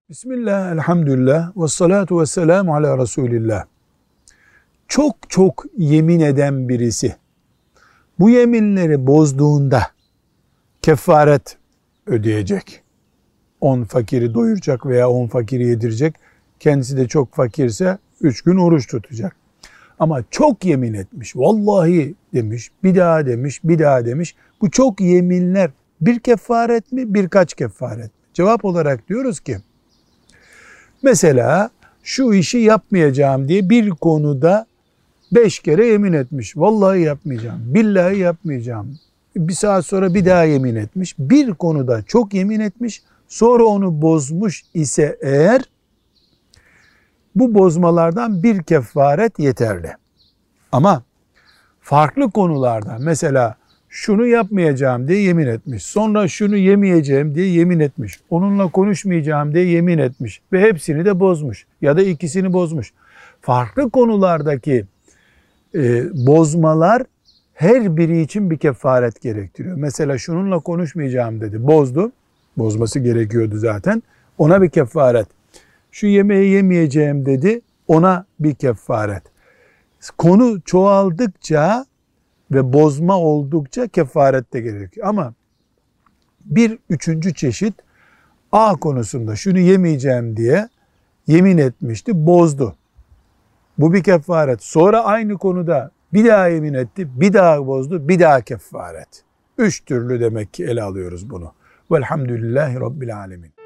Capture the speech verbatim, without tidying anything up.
Bismillah, elhamdülillah, ve salatu ve selamu ala Resulillah. Çok çok yemin eden birisi, bu yeminleri bozduğunda kefaret ödeyecek. on fakiri doyuracak veya on fakiri yedirecek. Kendisi de çok fakirse üç gün oruç tutacak. Ama çok yemin etmiş, vallahi demiş, bir daha demiş, bir daha demiş. Bu çok yeminler bir kefaret mi, birkaç kefaret mi? Cevap olarak diyoruz ki, mesela şu işi yapmayacağım diye bir konuda beş kere yemin etmiş. Vallahi yapmayacağım, billahi yapmayacağım. Bir saat sonra bir daha yemin etmiş. Bir konuda çok yemin etmiş, sonra onu bozmuş ise eğer, bu bozmalardan bir kefaret yeterli. Ama farklı konularda, mesela şunu yapmayacağım diye yemin etmiş, sonra şunu yemeyeceğim diye yemin etmiş, onunla konuşmayacağım diye yemin etmiş ve hepsini de bozmuş ya da ikisini bozmuş. Farklı konulardaki e, bozmalar her biri için bir kefaret gerektiriyor. Mesela şununla konuşmayacağım dedi, bozdu, bozması gerekiyordu zaten, ona bir kefaret. Şu yemeği yemeyeceğim dedi, ona bir kefaret. Konu çoğaldıkça ve bozma oldukça kefaret de gerekiyor. Ama bir üçüncü çeşit, A konusunda şunu yemeyeceğim diye yemin etmişti, bozdu. Bu bir kefaret. Sonra aynı konuda bir daha yemin etti, bir daha bozdu, bir daha kefaret. Üç türlü demek ki ele alıyoruz bunu. Velhamdülillahi Rabbil Alemin.